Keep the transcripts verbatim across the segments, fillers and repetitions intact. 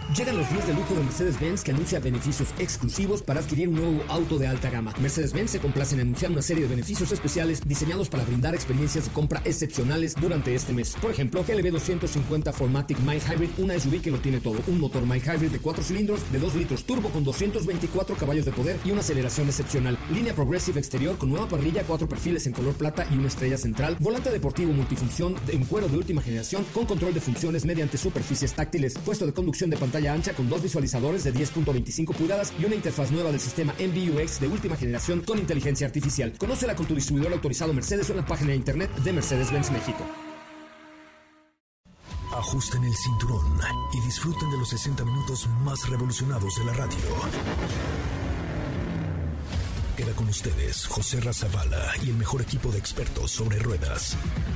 Llegan los días de lujo de Mercedes-Benz, que anuncia beneficios exclusivos para adquirir un nuevo auto de alta gama. Mercedes-Benz se complace en anunciar una serie de beneficios especiales diseñados para brindar experiencias de compra excepcionales durante este mes. Por ejemplo, G L B doscientos cincuenta cuatro matic Mild Hybrid, una S U V que lo tiene todo. Un motor Mild Hybrid de cuatro cilindros de dos litros turbo con doscientos veinticuatro caballos de poder y una aceleración excepcional. Línea Progressive exterior con nueva parrilla, cuatro perfiles en color plata y una estrella central. Volante deportivo multifunción en cuero de última generación con control de funciones mediante superficies táctiles. Puesto de conducción de pantalla ancha con dos visualizadores de diez punto veinticinco pulgadas y una interfaz nueva del sistema M B U X de última generación con inteligencia artificial. Conócela con tu distribuidor autorizado Mercedes o en la página de internet de Mercedes-Benz México. Ajusten el cinturón y disfruten de los sesenta minutos más revolucionados de la radio. Queda con ustedes José Razabala y el mejor equipo de expertos sobre ruedas.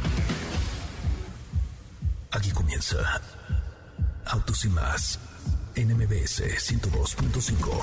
Aquí comienza Autos y Más en M B S ciento dos punto cinco.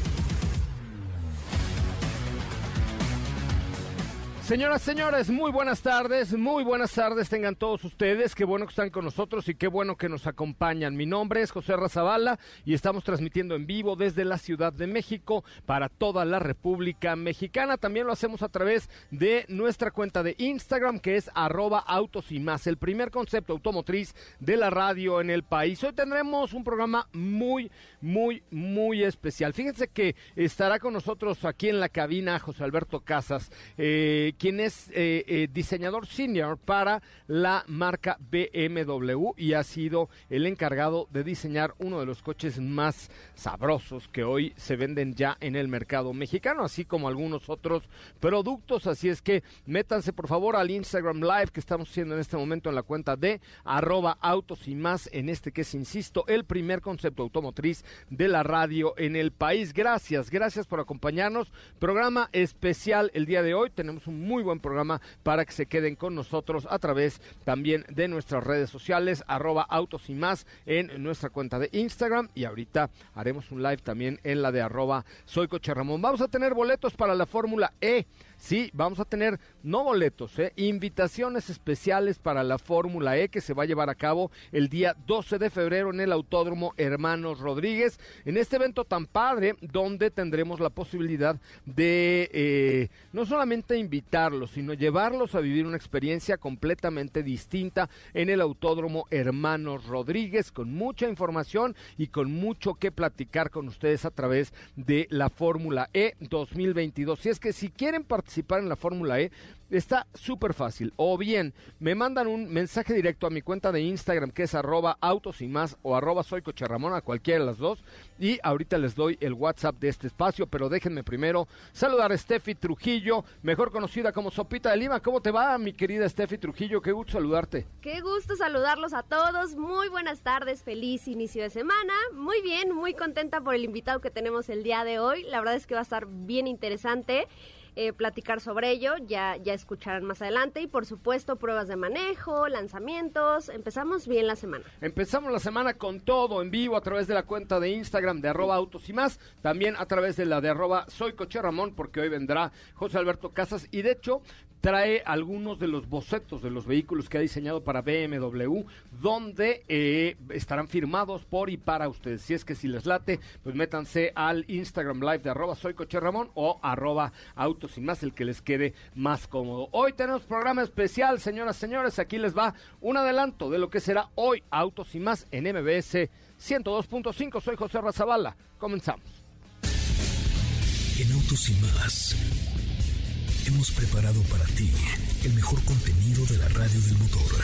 Señoras, señores, muy buenas tardes, muy buenas tardes tengan todos ustedes, qué bueno que están con nosotros y qué bueno que nos acompañan. Mi nombre es José Razabala y estamos transmitiendo en vivo desde la Ciudad de México para toda la República Mexicana. También lo hacemos a través de nuestra cuenta de Instagram, que es arroba autos y más, el primer concepto automotriz de la radio en el país. Hoy tendremos un programa muy, muy, muy especial. Fíjense que estará con nosotros aquí en la cabina José Alberto Casas, eh, quien es eh, eh, diseñador senior para la marca B M W y ha sido el encargado de diseñar uno de los coches más sabrosos que hoy se venden ya en el mercado mexicano, así como algunos otros productos. Así es que métanse por favor al Instagram Live que estamos haciendo en este momento en la cuenta de arroba autos y más, en este que es, insisto, el primer concepto automotriz de la radio en el país. Gracias, gracias por acompañarnos. Programa especial el día de hoy. Tenemos un muy buen programa para que se queden con nosotros a través también de nuestras redes sociales, arroba autos y más en nuestra cuenta de Instagram, y ahorita haremos un live también en la de arroba soy Coche Ramón. Vamos a tener boletos para la Fórmula E. Sí, vamos a tener, no boletos, eh, invitaciones especiales para la Fórmula E que se va a llevar a cabo el día doce de febrero en el Autódromo Hermanos Rodríguez, en este evento tan padre donde tendremos la posibilidad de eh, no solamente invitarlos, sino llevarlos a vivir una experiencia completamente distinta en el Autódromo Hermanos Rodríguez, con mucha información y con mucho que platicar con ustedes a través de la Fórmula E dos mil veintidós. Y es que si quieren participar en la Fórmula E, está súper fácil. O bien, me mandan un mensaje directo a mi cuenta de Instagram, que es arroba autos y más, o arroba soy Coche Ramón, a cualquiera de las dos, y ahorita les doy el WhatsApp de este espacio, pero déjenme primero saludar a Steffi Trujillo, mejor conocida como Sopita de Lima. ¿Cómo te va, mi querida Steffi Trujillo? Qué gusto saludarte. Qué gusto saludarlos a todos, muy buenas tardes, feliz inicio de semana. Muy bien, muy contenta por el invitado que tenemos el día de hoy, la verdad es que va a estar bien interesante. Eh, platicar sobre ello, ya, ya escucharán más adelante, y por supuesto pruebas de manejo, lanzamientos. Empezamos bien la semana. Empezamos la semana con todo en vivo a través de la cuenta de Instagram de arroba autos y más, también a través de la de arroba soy Coche Ramón, porque hoy vendrá José Alberto Casas y de hecho trae algunos de los bocetos de los vehículos que ha diseñado para B M W, donde eh, estarán firmados por y para ustedes. Si es que si les late, pues métanse al Instagram Live de arroba soy Coche Ramón o arroba autos y más, el que les quede más cómodo. Hoy tenemos programa especial, señoras y señores. Aquí les va un adelanto de lo que será hoy Autos y Más en M B S ciento dos punto cinco. Soy José Razabala. Comenzamos. En Autos y Más hemos preparado para ti el mejor contenido de la radio del motor.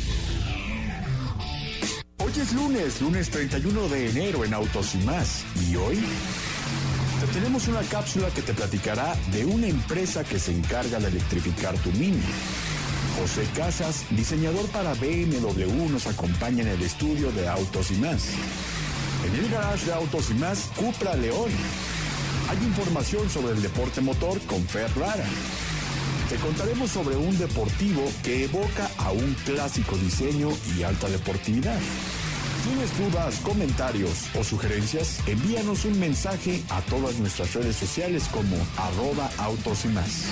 Hoy es lunes, lunes treinta y uno de enero en Autos y Más. ¿Y hoy? Te tenemos una cápsula que te platicará de una empresa que se encarga de electrificar tu Mini. José Casas, diseñador para B M W, nos acompaña en el estudio de Autos y Más. En el garage de Autos y Más, Cupra León. Hay información sobre el deporte motor con Fer Rara. Te contaremos sobre un deportivo que evoca a un clásico diseño y alta deportividad. ¿Tienes dudas, comentarios o sugerencias? Envíanos un mensaje a todas nuestras redes sociales como arroba autos y más.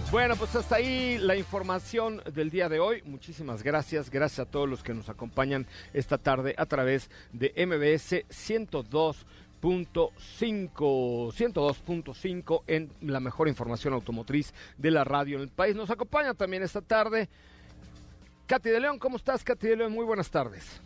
Bueno, pues hasta ahí la información del día de hoy. Muchísimas gracias. Gracias a todos los que nos acompañan esta tarde a través de M B S ciento dos punto cinco, ciento dos punto cinco en la mejor información automotriz de la radio en el país. Nos acompaña también esta tarde Katy de León. ¿Cómo estás, Katy de León? Muy buenas tardes.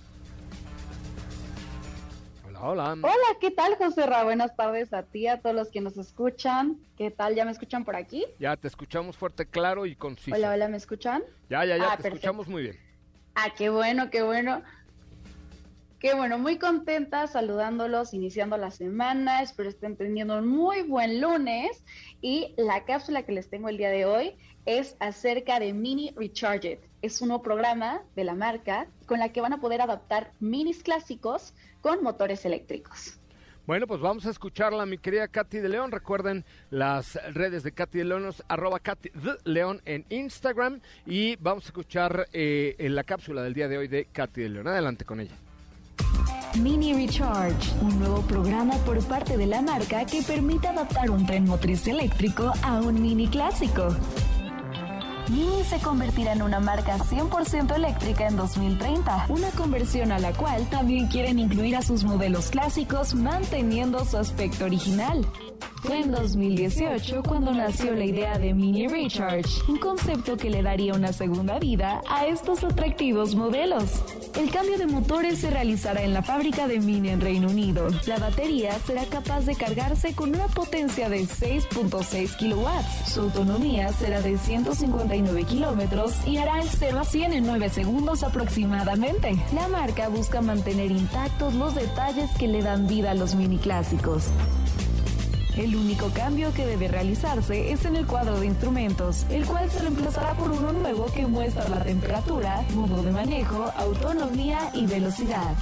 Hola. Hola, ¿qué tal, José Ra? Buenas tardes a ti, a todos los que nos escuchan. ¿Qué tal? ¿Ya me escuchan por aquí? Ya, te escuchamos fuerte, claro y conciso. Hola, hola, ¿me escuchan? Ya, ya, ya, ah, te perfecto. escuchamos muy bien. Ah, qué bueno, qué bueno. Qué bueno, muy contenta saludándolos, iniciando la semana. Espero estén teniendo un muy buen lunes. Y la cápsula que les tengo el día de hoy es acerca de Mini Recharge It. Es un nuevo programa de la marca con la que van a poder adaptar minis clásicos con motores eléctricos. Bueno, pues vamos a escucharla, mi querida Katy de León. Recuerden las redes de Katy de León, arroba Katy de León en Instagram. Y vamos a escuchar eh, en la cápsula del día de hoy de Katy de León. Adelante con ella. Mini Recharge, un nuevo programa por parte de la marca que permite adaptar un tren motriz eléctrico a un mini clásico. Mini se convertirá en una marca cien por ciento eléctrica en dos mil treinta, una conversión a la cual también quieren incluir a sus modelos clásicos manteniendo su aspecto original. Fue en dos mil dieciocho cuando nació la idea de Mini Recharge, un concepto que le daría una segunda vida a estos atractivos modelos. El cambio de motores se realizará en la fábrica de Mini en Reino Unido. La batería será capaz de cargarse con una potencia de seis punto seis kilowatts. Su autonomía será de ciento cincuenta y nueve kilómetros y hará el cero a cien en nueve segundos aproximadamente. La marca busca mantener intactos los detalles que le dan vida a los mini clásicos. El único cambio que debe realizarse es en el cuadro de instrumentos, el cual se reemplazará por uno nuevo que muestra la temperatura, modo de manejo, autonomía y velocidad.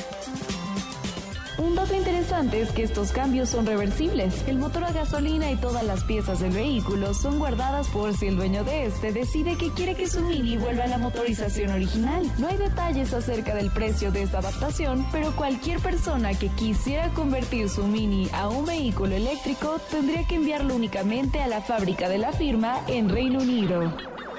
Un dato interesante es que estos cambios son reversibles. El motor a gasolina y todas las piezas del vehículo son guardadas por si el dueño de este decide que quiere que su Mini vuelva a la motorización original. No hay detalles acerca del precio de esta adaptación, pero cualquier persona que quisiera convertir su Mini a un vehículo eléctrico tendría que enviarlo únicamente a la fábrica de la firma en Reino Unido.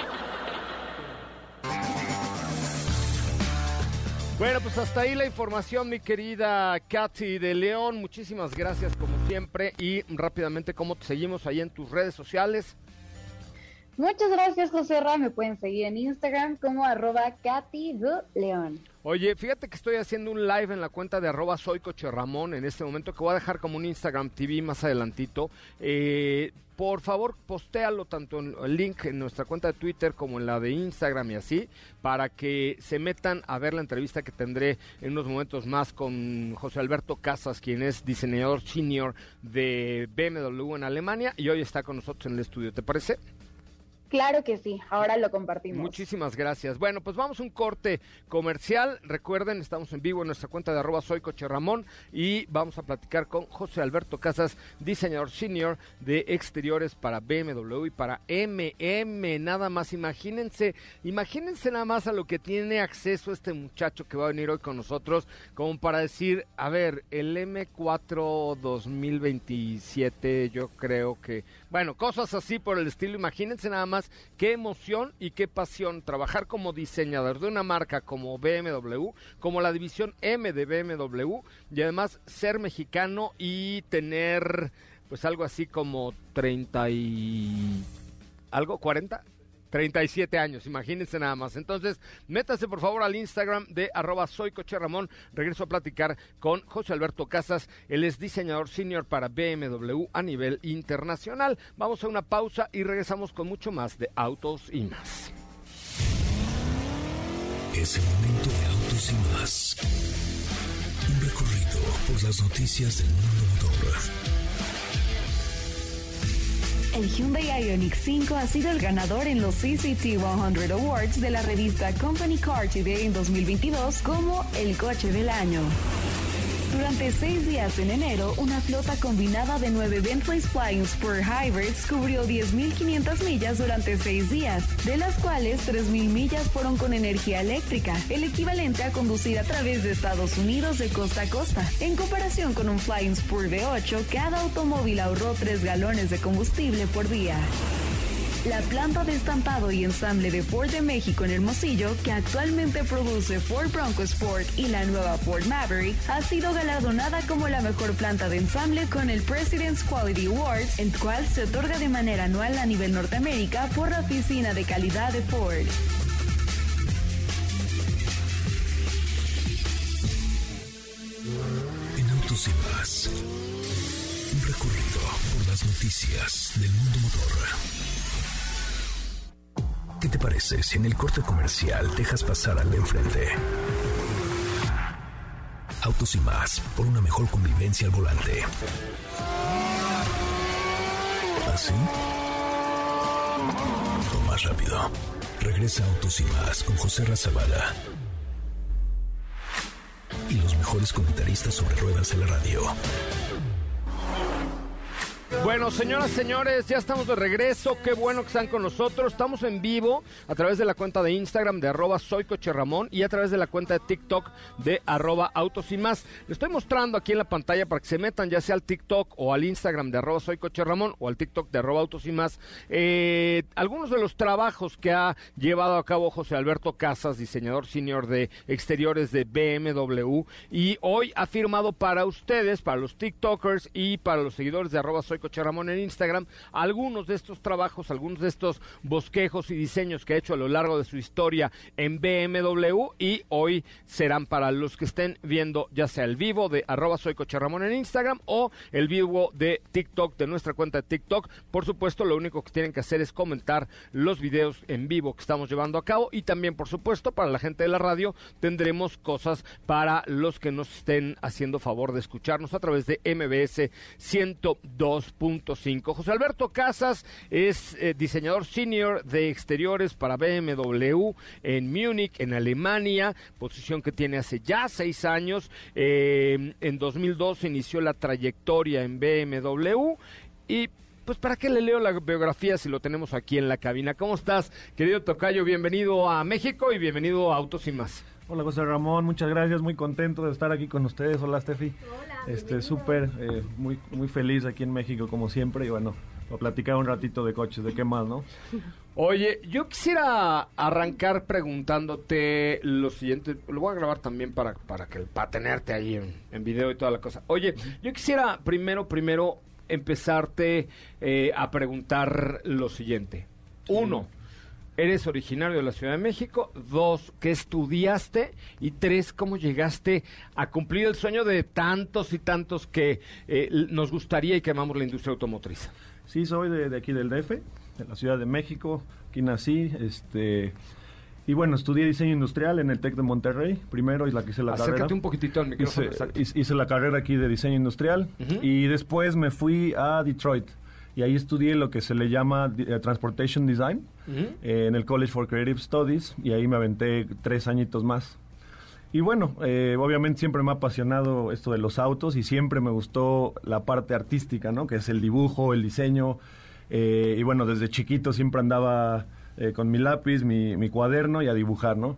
Bueno, pues hasta ahí la información, mi querida Katy de León. Muchísimas gracias como siempre y rápidamente, ¿cómo te seguimos ahí en tus redes sociales? Muchas gracias, José Ra. Me pueden seguir en Instagram como arroba Katy de León. Oye, fíjate que estoy haciendo un live en la cuenta de arroba soy Coche Ramón en este momento, que voy a dejar como un Instagram T V más adelantito. Eh, por favor, postéalo tanto en el link en nuestra cuenta de Twitter como en la de Instagram y así, para que se metan a ver la entrevista que tendré en unos momentos más con José Alberto Casas, quien es diseñador senior de B M W en Alemania y hoy está con nosotros en el estudio. ¿Te parece? Claro que sí, ahora lo compartimos. Muchísimas gracias. Bueno, pues vamos a un corte comercial. Recuerden, estamos en vivo en nuestra cuenta de arroba soy Coche Ramón y vamos a platicar con José Alberto Casas, diseñador senior de exteriores para B M W y para M M. Nada más, imagínense, imagínense nada más a lo que tiene acceso este muchacho que va a venir hoy con nosotros, como para decir, a ver, el M cuatro dos mil veintisiete, yo creo que, bueno, cosas así por el estilo. Imagínense nada más qué emoción y qué pasión trabajar como diseñador de una marca como B M W, como la división M de B M W, y además ser mexicano y tener pues algo así como treinta y algo, cuarenta, treinta y siete años, imagínense nada más. Entonces, métase por favor al Instagram de arroba soy Coche Ramón. Regreso a platicar con José Alberto Casas. Él es diseñador senior para B M W a nivel internacional. Vamos a una pausa y regresamos con mucho más de Autos y Más. Es el momento de Autos y Más. Un recorrido por las noticias del mundo motor. El Hyundai Ioniq cinco ha sido el ganador en los C C T cien Awards de la revista Company Car Today en dos mil veintidós como el coche del año. Durante seis días en enero, una flota combinada de nueve Bentley Flying Spur Hybrids cubrió diez mil quinientas millas durante seis días, de las cuales tres mil millas fueron con energía eléctrica, el equivalente a conducir a través de Estados Unidos de costa a costa. En comparación con un Flying Spur V ocho, cada automóvil ahorró tres galones de combustible por día. La planta de estampado y ensamble de Ford de México en Hermosillo, que actualmente produce Ford Bronco Sport y la nueva Ford Maverick, ha sido galardonada como la mejor planta de ensamble con el President's Quality Award, el cual se otorga de manera anual a nivel Norteamérica por la Oficina de Calidad de Ford. En Autos y Más, un recorrido por las noticias del mundo motor. ¿Qué te parece si en el corte comercial dejas pasar al de enfrente? Autos y Más, por una mejor convivencia al volante. ¿Así? O más rápido. Regresa Autos y Más con José Razabala y los mejores comentaristas sobre ruedas en la radio. Bueno, señoras, señores, ya estamos de regreso. Qué bueno que están con nosotros. Estamos en vivo a través de la cuenta de Instagram de arroba soy Coche Ramón y a través de la cuenta de TikTok de arroba Autos y Más. Les estoy mostrando aquí en la pantalla para que se metan ya sea al TikTok o al Instagram de arroba soy Coche Ramón o al TikTok de arroba Autos y Más. Eh, algunos de los trabajos que ha llevado a cabo José Alberto Casas, diseñador senior de exteriores de B M W, y hoy ha firmado para ustedes, para los TikTokers y para los seguidores de arroba soy Coche Ramón en Instagram, algunos de estos trabajos, algunos de estos bosquejos y diseños que ha hecho a lo largo de su historia en B M W, y hoy serán para los que estén viendo ya sea el vivo de arroba soy Coche Ramón en Instagram o el vivo de TikTok, de nuestra cuenta de TikTok. Por supuesto, lo único que tienen que hacer es comentar los videos en vivo que estamos llevando a cabo, y también, por supuesto, para la gente de la radio tendremos cosas para los que nos estén haciendo favor de escucharnos a través de M B S ciento dos punto cinco. José Alberto Casas es eh, diseñador senior de exteriores para B M W en Múnich, en Alemania, posición que tiene hace ya seis años. Eh, en dos mil dos inició la trayectoria en B M W y pues ¿para qué le leo la biografía si lo tenemos aquí en la cabina? ¿Cómo estás, querido tocayo? Bienvenido a México y bienvenido a Autos y Más. Hola, José Ramón, muchas gracias, muy contento de estar aquí con ustedes. Hola, Steffi. Hola, este súper, eh, muy muy feliz aquí en México como siempre, y bueno, a platicar un ratito de coches, de qué más, ¿no? Oye, yo quisiera arrancar preguntándote lo siguiente, lo voy a grabar también para, para, que, para tenerte ahí en, en video y toda la cosa. Oye, yo quisiera primero, primero empezarte eh, a preguntar lo siguiente. Uno, ¿eres originario de la Ciudad de México? Dos, ¿qué estudiaste? Y tres, ¿cómo llegaste a cumplir el sueño de tantos y tantos que eh, nos gustaría y que amamos la industria automotriz? Sí, soy de, de aquí del D F, de la Ciudad de México. Aquí nací, este... Y bueno, estudié diseño industrial en el TEC de Monterrey, primero, y la que hice la Acércate carrera. Acércate un poquitito al micrófono. Hice, hice, hice la carrera aquí de diseño industrial, uh-huh. Y después me fui a Detroit, y ahí estudié lo que se le llama uh, Transportation Design, uh-huh. eh, en el College for Creative Studies, y ahí me aventé tres añitos más. Y bueno, eh, obviamente siempre me ha apasionado esto de los autos, y siempre me gustó la parte artística, ¿no? Que es el dibujo, el diseño, eh, y bueno, desde chiquito siempre andaba... Eh, con mi lápiz, mi, mi cuaderno y a dibujar, ¿no?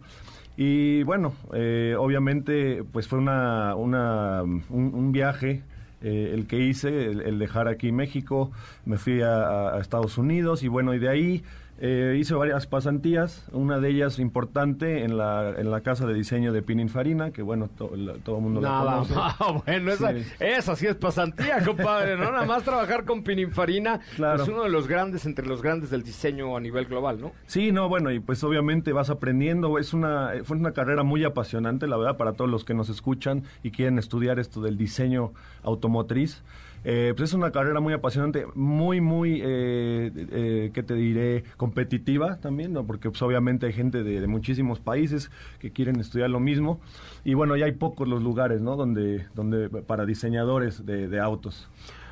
Y bueno, eh, obviamente pues fue una, una un, un viaje eh, el que hice, el, el dejar aquí México, me fui a, a Estados Unidos y bueno, y de ahí eh, hice varias pasantías, una de ellas importante en la en la casa de diseño de Pininfarina, que bueno, to, la, todo el mundo Nada la conoce. Más, bueno, esa sí. esa sí es pasantía, compadre, ¿no? Nada más trabajar con Pininfarina, claro. Es uno de los grandes, entre los grandes del diseño a nivel global, ¿no? Sí, no, bueno, y pues obviamente vas aprendiendo, es una fue una carrera muy apasionante, la verdad, para todos los que nos escuchan y quieren estudiar esto del diseño automotriz. Eh, pues es una carrera muy apasionante, muy, muy, eh, eh, ¿qué te diré? Competitiva también, ¿no? Porque pues obviamente hay gente de, de muchísimos países que quieren estudiar lo mismo. Y bueno, ya hay pocos los lugares, ¿no? Donde, donde para diseñadores de, de autos.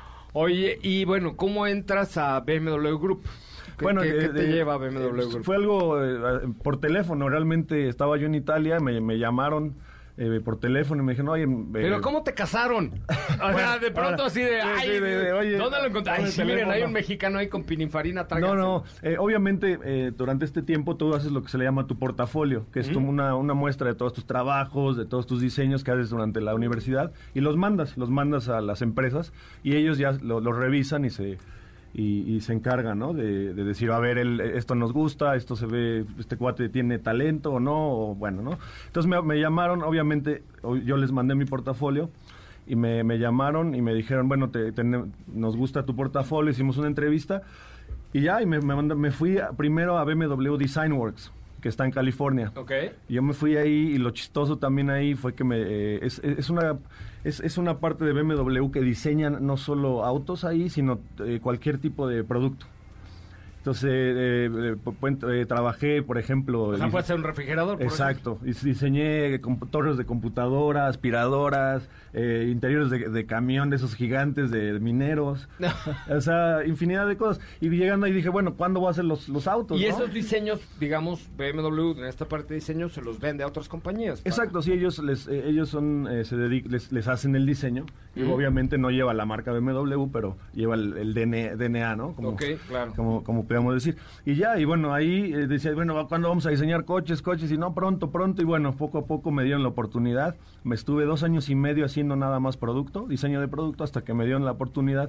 Oye, y bueno, ¿cómo entras a B M W Group? ¿Qué, bueno, ¿qué, eh, ¿qué te eh, lleva a B M W eh, Group? Fue algo eh, por teléfono, realmente estaba yo en Italia, me, me llamaron... Eh, por teléfono y me dijeron, oye... Eh, ¿Pero cómo te casaron? O bueno, sea, de pronto ahora, así de, ay, de, de, de, oye, ¿dónde lo encontraste? Ay, sí, miren, hay un mexicano ahí con Pininfarina, tráiganse. No, no, eh, obviamente eh, durante este tiempo tú haces lo que se le llama tu portafolio, que es ¿Mm? una, una muestra de todos tus trabajos, de todos tus diseños que haces durante la universidad, y los mandas, los mandas a las empresas, y ellos ya lo, lo revisan y se... y, y se encarga, ¿no? De, de decir, a ver, el, esto nos gusta, esto se ve, este cuate tiene talento o no, o bueno, ¿no? Entonces me, me llamaron, obviamente, yo les mandé mi portafolio y me, me llamaron y me dijeron, bueno, te, te, nos gusta tu portafolio, hicimos una entrevista y ya, y me, me, mand- me fui a- primero a B M W Design Works, que está en California. Okay. Y yo me fui ahí y lo chistoso también ahí fue que me eh, es, es una es, es una parte de B M W que diseñan no solo autos ahí, sino eh, cualquier tipo de producto. Entonces, eh, eh, pu- eh, trabajé, por ejemplo... O sea, dise- puede ser un refrigerador, por Exacto. Y diseñé comp- torres de computadora, aspiradoras, eh, interiores de, de camión de esos gigantes de, de mineros. O sea, infinidad de cosas. Y llegando ahí dije, bueno, ¿cuándo voy a hacer los, los autos? Y ¿no? esos diseños, digamos, B M W, en esta parte de diseño, se los vende a otras compañías. para- Exacto, sí, ellos les, eh, ellos son, eh, se dedic- les, les hacen el diseño. Y Ujú. obviamente no lleva la marca B M W, pero lleva el, el D N D N A, ¿no? Como, Ok, claro. como, como podemos decir. Y ya, y bueno, ahí eh, decía, bueno, ¿cuándo vamos a diseñar coches, coches? Y no, pronto, pronto. Y bueno, poco a poco me dieron la oportunidad. Me estuve dos años y medio haciendo nada más producto, diseño de producto, hasta que me dieron la oportunidad.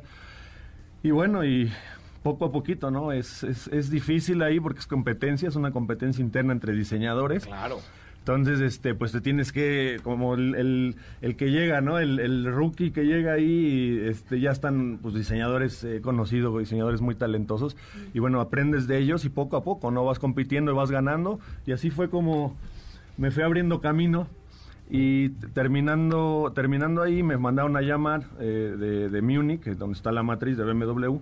Y bueno, y poco a poquito, ¿no? Es, es, es difícil ahí porque es competencia, es una competencia interna entre diseñadores. Claro. Entonces, este, pues te tienes que, como el, el, el que llega, ¿no? El, el rookie que llega ahí, y, este, ya están, pues, diseñadores eh, conocidos, diseñadores muy talentosos, y bueno, aprendes de ellos y poco a poco, ¿no? Vas compitiendo y vas ganando, y así fue como me fui abriendo camino, y t- terminando, terminando ahí me mandaron a llamar eh, de, de Múnich, que es donde está la matriz de B M W,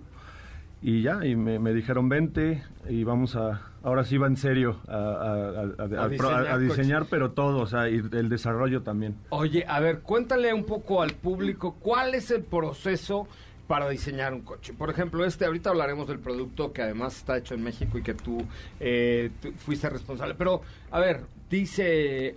y ya, y me, me dijeron, vente, y vamos a, ahora sí va en serio, a, a- a- a- A a- diseñar a diseñar, coches. pero todo, o sea, y el desarrollo también. Oye, a ver, cuéntale un poco al público cuál es el proceso para diseñar un coche. Por ejemplo, este, ahorita hablaremos del producto que además está hecho en México y que tú, eh, tú fuiste responsable. Pero, a ver, dice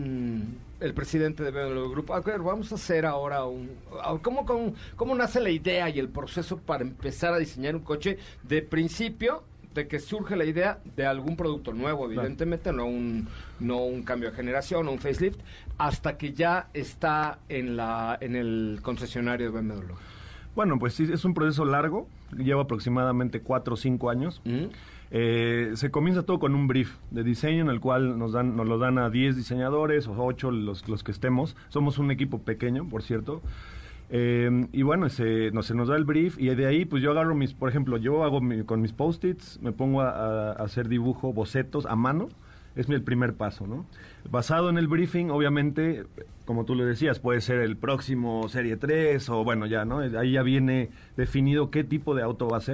un el presidente de B M W Group, a ver, vamos a hacer ahora un... a- ¿Cómo, cómo, cómo nace la idea y el proceso para empezar a diseñar un coche de principio de que surge la idea de algún producto nuevo, evidentemente, no un no un cambio de generación o un facelift, hasta que ya está en la en el concesionario de B M W? Bueno, pues sí, es un proceso largo, lleva aproximadamente cuatro o cinco años. ¿Mm? Eh, se comienza todo con un brief de diseño en el cual nos dan nos lo dan a diez diseñadores o ocho los, los que estemos. Somos un equipo pequeño, por cierto. Eh, y bueno, se, no, se nos da el brief y de ahí pues yo agarro mis, por ejemplo, yo hago mi- con mis post-its, me pongo a, a- a hacer dibujo, bocetos a mano. Es mi el primer paso, ¿no? Basado en el briefing, obviamente, como tú lo decías, puede ser el próximo Serie tres o bueno, ya, ¿no? Ahí ya viene definido qué tipo de auto va a ser.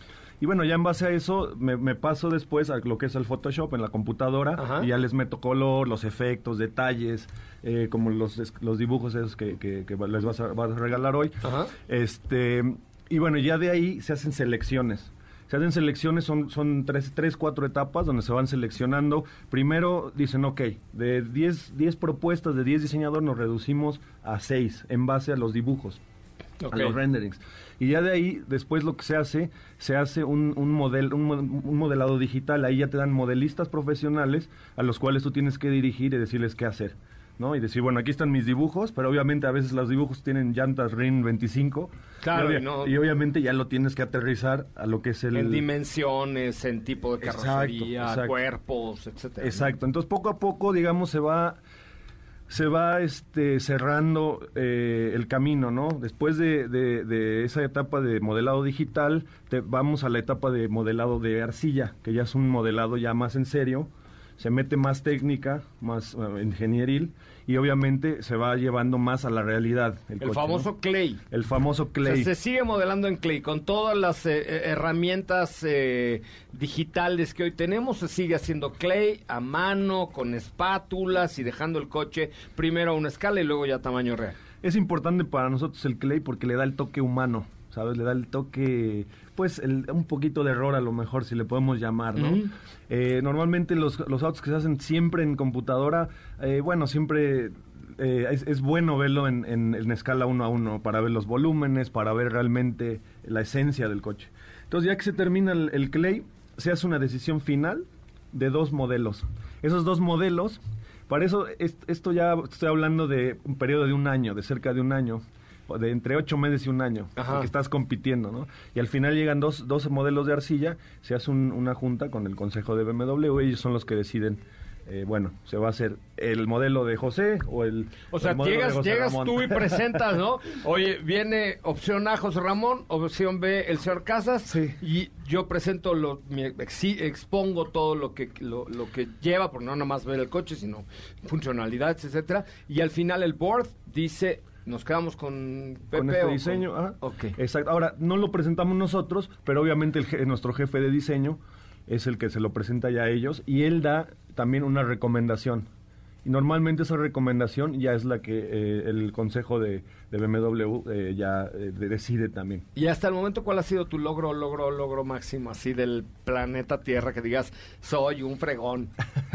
Y bueno, ya en base a eso me, me paso después a lo que es el Photoshop en la computadora. Ajá. Y ya les meto color, los efectos, detalles, eh, como los, es- los dibujos esos que, que- que les vas a, vas a regalar hoy. Ajá. Este, y bueno, ya de ahí se hacen selecciones. Se hacen selecciones, son, son tres, tres, cuatro etapas donde se van seleccionando. Primero dicen, ok, de diez, diez propuestas de diez diseñadores nos reducimos a seis en base a los dibujos, Ok. a los renderings. Y ya de ahí, después lo que se hace, se hace un, un, model, un, mo- un modelado digital. Ahí ya te dan modelistas profesionales a los cuales tú tienes que dirigir y decirles qué hacer, ¿no? Y decir, bueno, aquí están mis dibujos, pero obviamente a veces los dibujos tienen llantas R I N veinticinco. Claro, y, obvia- y no- y obviamente ya lo tienes que aterrizar a lo que es el... En dimensiones, en tipo de Exacto, carrocería, exacto. cuerpos, etcétera. ¿no? Exacto. Entonces, poco a poco, digamos, se va se va este cerrando eh, el camino, ¿no? Después de, de- de esa etapa de modelado digital, te- vamos a la etapa de modelado de arcilla, que ya es un modelado ya más en serio, se mete más técnica, más eh, ingenieril, y obviamente se va llevando más a la realidad. El, El coche, famoso ¿no? clay. El famoso O clay. sea, se sigue modelando en clay con todas las eh, eh, herramientas eh, digitales que hoy tenemos. Se sigue haciendo clay a mano, con espátulas y dejando el coche primero a una escala y luego ya a tamaño real. Es importante para nosotros el clay porque le da el toque humano, ¿sabes? Le da el toque, pues, el- un poquito de error a lo mejor, si le podemos llamar, ¿no? Ujú. Eh, normalmente los, los autos que se hacen siempre en computadora, eh, bueno, siempre eh, es, es bueno verlo en, en- en escala uno a uno, para ver los volúmenes, para ver realmente la esencia del coche. Entonces, ya que se termina el, el clay, se hace una decisión final de dos modelos. Esos dos modelos, para eso, es- esto ya estoy hablando de un periodo de un año, de cerca de un año. de entre ocho meses y un año, que estás compitiendo, ¿no? Y al final llegan dos, dos modelos de arcilla, se hace un, una junta con el consejo de B M W, ellos son los que deciden, eh, bueno, se va a hacer el modelo de José o el O sea, el modelo llegas, de José llegas Ramón. tú y presentas, ¿no? Oye, viene opción A, José Ramón, opción B, el señor Casas, Sí. y yo presento, lo, mi, exi- expongo todo lo que lo, lo que lleva, por no nada más ver el coche, sino funcionalidades, etcétera, y al final el board dice... Nos quedamos con Pepe. Con este o diseño, con... ajá. Ok. Exacto. Ahora, no lo presentamos nosotros, pero obviamente el je- nuestro jefe de diseño es el que se lo presenta ya a ellos y él da también una recomendación. Y normalmente esa recomendación ya es la que eh, el consejo de, de B M W eh, ya eh, de- decide también. Y hasta el momento, ¿cuál ha sido tu logro, logro, logro máximo así del planeta Tierra? Que digas, soy un fregón.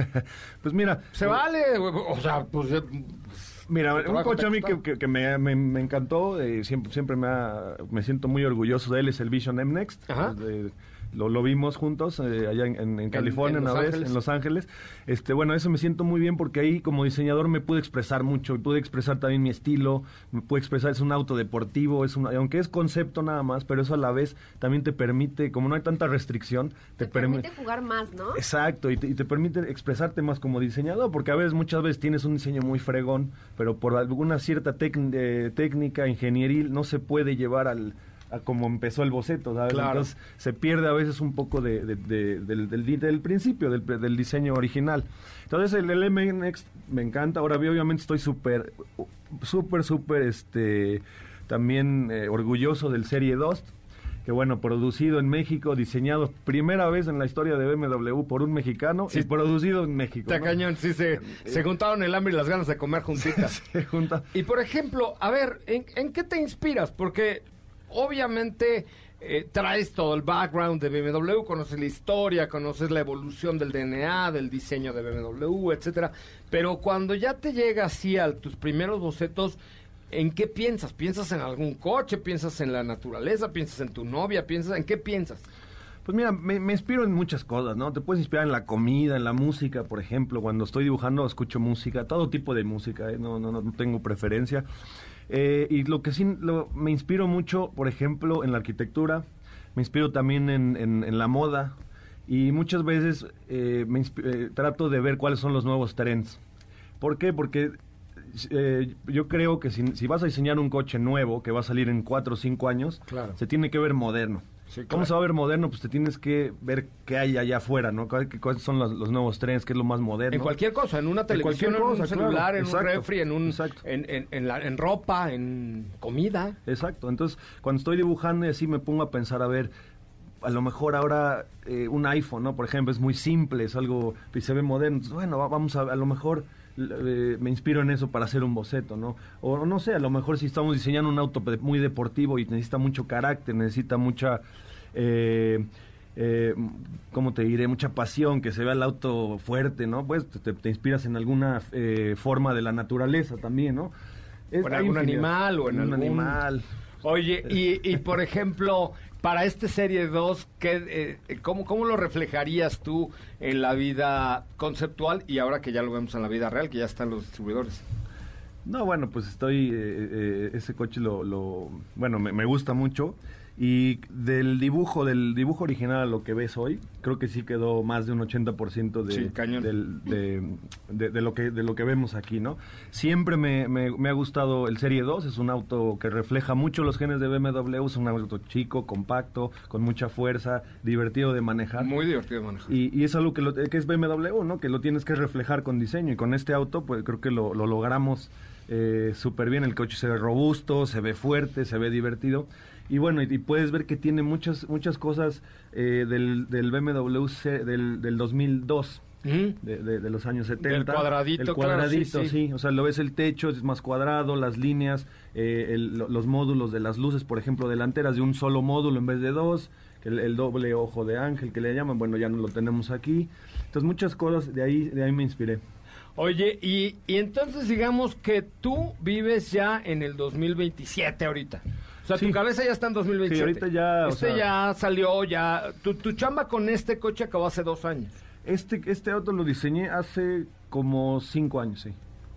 Pues mira... Se eh, vale, o sea, pues... eh, Mira, tu un trabajo coche te a mí gusta. que, que, que me, me, me encantó, eh, siempre, siempre me, ha- me siento muy orgulloso de él, es el Vision M-Next. Ajá. Eh, lo, lo vimos juntos eh, allá en, en- en California en una Los vez, Ángeles. en Los Ángeles. Este, bueno, eso me siento muy bien porque ahí como diseñador me pude expresar mucho, y pude expresar también mi estilo, me pude expresar, es un auto deportivo, es un, aunque es concepto nada más, pero eso a la vez también te permite, como no hay tanta restricción, te, Te permite jugar más, ¿no? Exacto, y te, y te permite expresarte más como diseñador, porque a veces, muchas veces tienes un diseño muy fregón, pero por alguna cierta tec- eh, técnica ingenieril no se puede llevar al a como empezó el boceto, ¿sabes? Claro. Entonces se pierde a veces un poco de, de- de- del, del, di- del principio, del, del diseño original. Entonces el, el M X me encanta, ahora obviamente estoy súper, súper, súper, este, también eh, orgulloso del Serie dos, que bueno, producido en México, diseñado primera vez en la historia de B M W por un mexicano Sí. y producido en México. Está ¿no? cañón, sí, se, se juntaron el hambre y las ganas de comer juntitas. Se junta. Y por ejemplo, a ver, ¿en, en qué te inspiras? Porque obviamente eh, traes todo el background de B M W, conoces la historia, conoces la evolución del D N A, del diseño de B M W, etcétera. Pero cuando ya te llega así a tus primeros bocetos, ¿en qué piensas? ¿Piensas en algún coche? ¿Piensas en la naturaleza? ¿Piensas en tu novia? ¿Piensas en qué piensas? Pues mira, me, me inspiro en muchas cosas, ¿no? Te puedes inspirar en la comida, en la música, por ejemplo. Cuando estoy dibujando, escucho música, todo tipo de música, ¿eh? no, no, no tengo preferencia. Eh, y lo que sí lo- me inspiro mucho, por ejemplo, en la arquitectura, me inspiro también en, en- en la moda, y muchas veces eh, me inspi- eh, trato de ver cuáles son los nuevos trends. ¿Por qué? Porque eh, yo creo que si, si vas a diseñar un coche nuevo que va a salir en cuatro o cinco años, Claro. se tiene que ver moderno. Sí, ¿Cómo claro. se va a ver moderno? Pues te tienes que ver qué hay allá afuera, ¿no? ¿Cuál- qué- ¿Cuáles son los, los nuevos trends? ¿Qué es lo más moderno? En cualquier cosa, en una televisión, en cualquier un cosa, celular, claro. en Exacto, un refri, en un exacto. en, en, en, la- en ropa, en comida. Exacto. Entonces, cuando estoy dibujando y así me pongo a pensar, a ver, a lo mejor ahora eh, un iPhone, ¿no? Por ejemplo, es muy simple, es algo y se ve moderno. Entonces, bueno, va- vamos a, a lo mejor eh, me inspiro en eso para hacer un boceto, ¿no? O no sé, a lo mejor si estamos diseñando un auto de- muy deportivo y necesita mucho carácter, necesita mucha... Eh, eh, ¿cómo te diré? Mucha pasión, que se vea el auto fuerte, ¿no? Pues te, te inspiras en alguna eh, forma de la naturaleza también, ¿no? Es- O en hay algún infinidad. animal, o en un algún- animal. Oye, y, y por ejemplo, para este Serie dos, ¿qué, eh, cómo, ¿cómo lo reflejarías tú en la vida conceptual y ahora que ya lo vemos en la vida real, que ya están los distribuidores? No, bueno, pues estoy, eh, eh, ese coche lo, lo bueno, me, me gusta mucho, y del dibujo, del dibujo original a lo que ves hoy, creo que sí quedó más de un ochenta por ciento de, Sí, cañón. del- de, de- de lo que, de lo que vemos aquí, ¿no? Siempre me, me, me ha gustado el Serie dos, es un auto que refleja mucho los genes de B M W, es un auto chico, compacto, con mucha fuerza, divertido de manejar. Muy divertido de manejar. Y, y es algo que, lo- que es B M W, ¿no? Que lo tienes que reflejar con diseño. Y con este auto, pues creo que lo, lo logramos eh, súper bien. El coche se ve robusto, se ve fuerte, se ve divertido. Y bueno, y, y puedes ver que tiene muchas muchas cosas eh, del, del B M W C- del, del dos mil dos. ¿Mm? De, de- de los años setenta. Del cuadradito, El claro, cuadradito, sí, sí. sí. O sea, lo ves el techo, es más cuadrado, las líneas, eh, el- lo- los módulos de las luces, por ejemplo, delanteras de un solo módulo en vez de dos, el, el doble ojo de ángel que le llaman, bueno, ya no lo tenemos aquí. Entonces, muchas cosas, de ahí, de ahí me inspiré. Oye, y, y entonces digamos que tú vives ya en el dos mil veintisiete ahorita. O sea, Sí. tu cabeza ya está en dos mil veintisiete. Sí, ahorita ya, o Este sea- ya salió, ya... Tu, tu chamba con este coche acabó hace dos años. Este, este auto lo diseñé hace como cinco años, sí.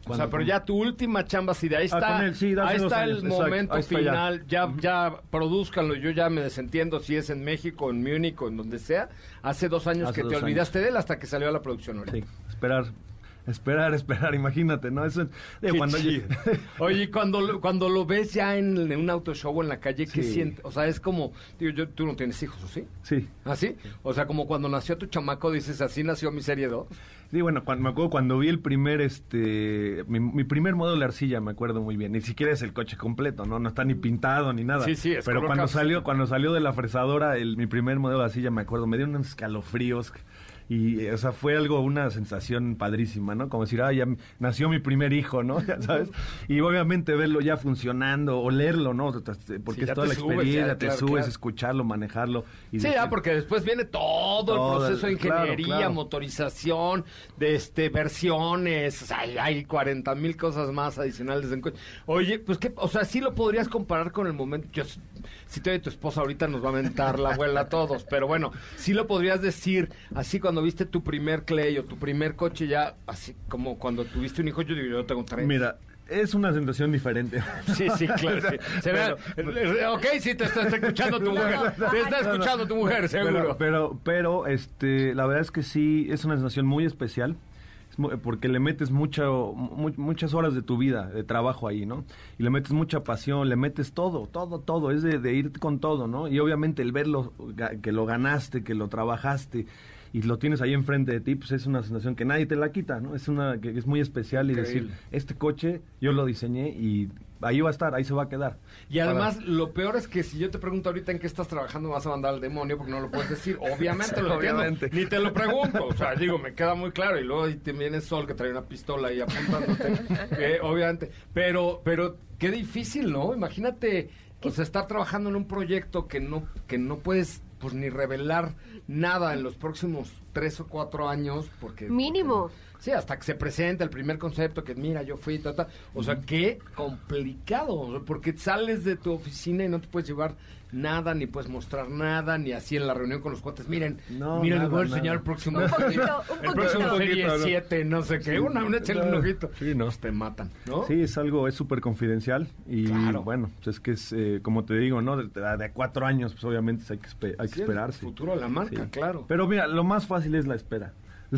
O sea, pero ya tu última chamba, sí, de ahí está, Ah, con él, sí, de hace ahí dos está años, el exacto, momento ahí está ya. final, ya, ya produzcanlo, yo ya me desentiendo si es en México, en Múnich o en donde sea. Hace dos años Hace que te dos olvidaste de él hasta que salió a la producción ahorita. Sí, esperar, esperar, esperar, imagínate, ¿no? Eso, digo, Qué cuando chido. Oye, cuando, lo- cuando lo ves ya en, en un auto show o en la calle, ¿qué Sí. sientes? O sea, es como, digo, yo, tú no tienes hijos, ¿o sí? Sí. ¿Así? O sea, como cuando nació tu chamaco, dices, así nació mi serie dos. Sí, bueno, cuando, me acuerdo cuando vi el primer, este, mi, mi primer modelo de arcilla, me acuerdo muy bien. Ni siquiera es el coche completo, ¿no? No está ni pintado ni nada. Sí, sí, es Pero color cuando café. salió, cuando salió de la fresadora, el, mi primer modelo de arcilla, me acuerdo, me dio unos escalofríos. Y, eh, o sea, fue algo, una sensación padrísima, ¿no? Como decir, ah, ya m- nació mi primer hijo, ¿no? Ya sabes. Y obviamente verlo ya funcionando, olerlo, ¿no? Porque Sí, es ya toda te la subes, experiencia, ya, te claro, subes, claro. escucharlo, manejarlo. Y Sí, decir- ah, porque después viene todo, Todo el proceso de el- claro, ingeniería, claro. motorización, de este versiones, o sea, hay, hay cuarenta mil cosas más adicionales. En co- Oye, pues qué, o sea, sí lo podrías comparar con el momento, yo, s- si te tu esposa ahorita nos va a mentar la abuela a todos, pero bueno, sí lo podrías decir, así cuando viste tu primer Clay o tu primer coche ya, así como cuando tuviste un hijo, yo digo, yo tengo tres. Mira, es una sensación diferente. Sí, sí, claro. sí. Se ve- eh, ok, sí, te está, está escuchando tu mujer. Te está escuchando tu mujer, seguro. Pero, pero, pero, este, la verdad es que sí, es una sensación muy especial, es mu- porque le metes mucho, mu- muchas horas de tu vida, de trabajo ahí, ¿no? Y le metes mucha pasión, le metes todo, todo, todo, es de, de ir con todo, ¿no? Y obviamente el verlo, ga- que lo ganaste, que lo trabajaste, y lo tienes ahí enfrente de ti, pues es una sensación que nadie te la quita, ¿no? Es una que es muy especial y Increíble. decir, este coche yo lo diseñé y ahí va a estar, ahí se va a quedar. Y además, lo peor es que si yo te pregunto ahorita en qué estás trabajando, me vas a mandar al demonio porque no lo puedes decir. Obviamente lo entiendo. Obviamente. Ni te lo pregunto. O sea, digo, me queda muy claro. Y luego ahí te viene Sol que trae una pistola ahí apuntándote. eh, obviamente. Pero, pero qué difícil, ¿no? Imagínate, o sea, estar trabajando en un proyecto que no, que no puedes pues ni revelar nada en los próximos tres o cuatro años porque Mínimo. porque- sí, hasta que se presenta el primer concepto que mira, yo fui, ta, ta. O sea, qué complicado, porque sales de tu oficina y no te puedes llevar nada, ni puedes mostrar nada, ni así en la reunión con los cuates. Miren, No, miren, les nada, voy a enseñar nada. el próximo. Un poquito, un el próximo poquito. serie Un poquito, ¿no? siete, no sé qué. Una, una, échale un Claro. ojito. Sí, ¿no? Pues te matan, ¿no? Sí, es algo, es súper confidencial y Claro. bueno, pues es que es, eh, como te digo, ¿no? De, de a cuatro años, pues obviamente hay que, espe- hay que Sí, el esperarse. futuro de la marca, Sí. claro. Pero mira, lo más fácil es la espera.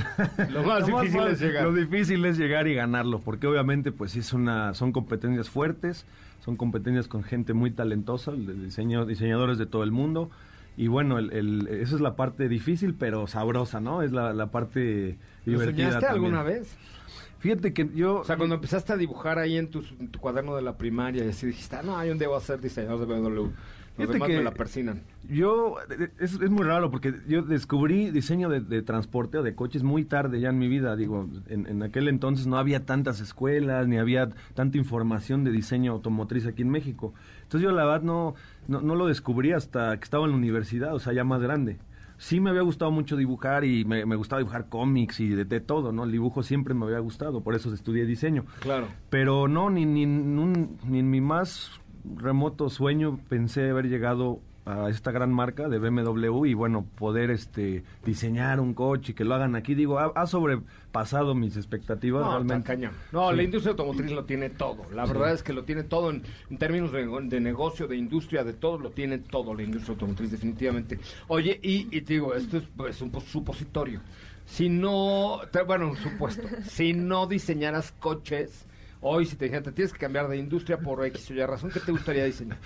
Lo más difícil es fácil- llegar. Lo difícil es llegar y ganarlo, porque obviamente pues sí es una, son competencias fuertes, son competencias con gente muy talentosa, de diseño, diseñadores de todo el mundo. Y bueno, el, el, esa es la parte difícil, pero sabrosa, ¿no? Es la, la parte ¿Lo divertida soñaste también. alguna vez? Fíjate que yo... O sea, cuando empezaste a dibujar ahí en tu, en tu cuaderno de la primaria y así dijiste, ah, no, hay un día voy a ser diseñador de B M W. Los Fíjate demás que- me la persinan. Yo, es, es muy raro porque yo descubrí diseño de, de transporte o de coches muy tarde ya en mi vida. Digo, en, en aquel entonces no había tantas escuelas ni había tanta información de diseño automotriz aquí en México. Entonces yo la verdad no, no, no lo descubrí hasta que estaba en la universidad, o sea, ya más grande. Sí me había gustado mucho dibujar y me, me gustaba dibujar cómics y de, de todo, ¿no? El dibujo siempre me había gustado, por eso estudié diseño. Claro. Pero no, ni, ni, en un- ni en mi más remoto sueño pensé haber llegado a esta gran marca de B M W y bueno, poder este diseñar un coche y que lo hagan aquí. Digo, ha, ha sobrepasado mis expectativas No, realmente. tan cañón. No, Sí. la industria automotriz lo tiene todo. La verdad es que lo tiene todo en, en términos de, de negocio, de industria, de todo, lo tiene todo la industria automotriz, definitivamente. Oye, y, y te digo, esto es pues, un pos- supositorio. Si no, te- bueno, un supuesto, si no diseñaras coches, hoy si te dijeran, te tienes que cambiar de industria por X o Y razón, ¿qué te gustaría diseñar?